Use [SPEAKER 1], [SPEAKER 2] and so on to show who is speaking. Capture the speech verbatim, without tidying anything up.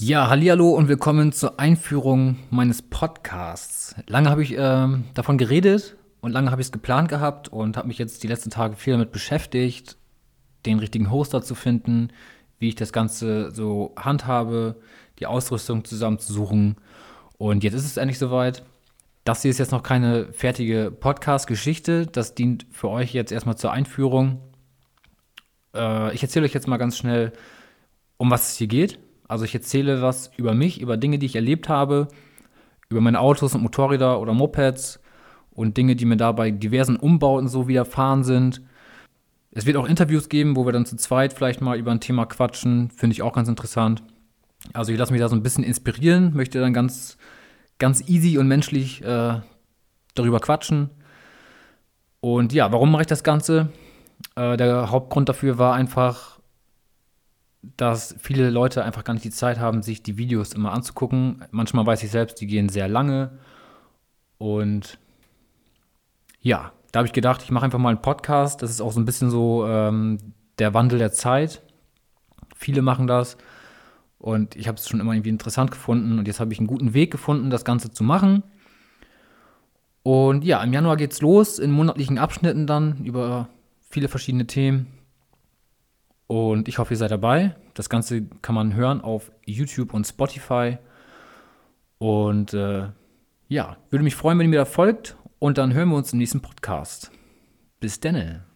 [SPEAKER 1] Ja, hallihallo und willkommen zur Einführung meines Podcasts. Lange habe ich ähm, davon geredet und lange habe ich es geplant gehabt und habe mich jetzt die letzten Tage viel damit beschäftigt, den richtigen Hoster zu finden, wie ich das Ganze so handhabe, die Ausrüstung zusammenzusuchen. Und jetzt ist es endlich soweit. Das hier ist jetzt noch keine fertige Podcast-Geschichte. Das dient für euch jetzt erstmal zur Einführung. Äh, ich erzähle euch jetzt mal ganz schnell, um was es hier geht. Also ich erzähle was über mich, über Dinge, die ich erlebt habe, über meine Autos und Motorräder oder Mopeds und Dinge, die mir da bei diversen Umbauten so widerfahren sind. Es wird auch Interviews geben, wo wir dann zu zweit vielleicht mal über ein Thema quatschen. Finde ich auch ganz interessant. Also ich lasse mich da so ein bisschen inspirieren, möchte dann ganz, ganz easy und menschlich äh, darüber quatschen. Und ja, warum mache ich das Ganze? Äh, der Hauptgrund dafür war einfach, dass viele Leute einfach gar nicht die Zeit haben, sich die Videos immer anzugucken. Manchmal weiß ich selbst, die gehen sehr lange. Und ja, da habe ich gedacht, ich mache einfach mal einen Podcast. Das ist auch so ein bisschen so ähm, der Wandel der Zeit. Viele machen das. Und ich habe es schon immer irgendwie interessant gefunden. Und jetzt habe ich einen guten Weg gefunden, das Ganze zu machen. Und ja, im Januar geht's los, in monatlichen Abschnitten dann über viele verschiedene Themen. Und ich hoffe, ihr seid dabei. Das Ganze kann man hören auf YouTube und Spotify. Und äh, ja, würde mich freuen, wenn ihr mir da folgt. Und dann hören wir uns im nächsten Podcast. Bis denne.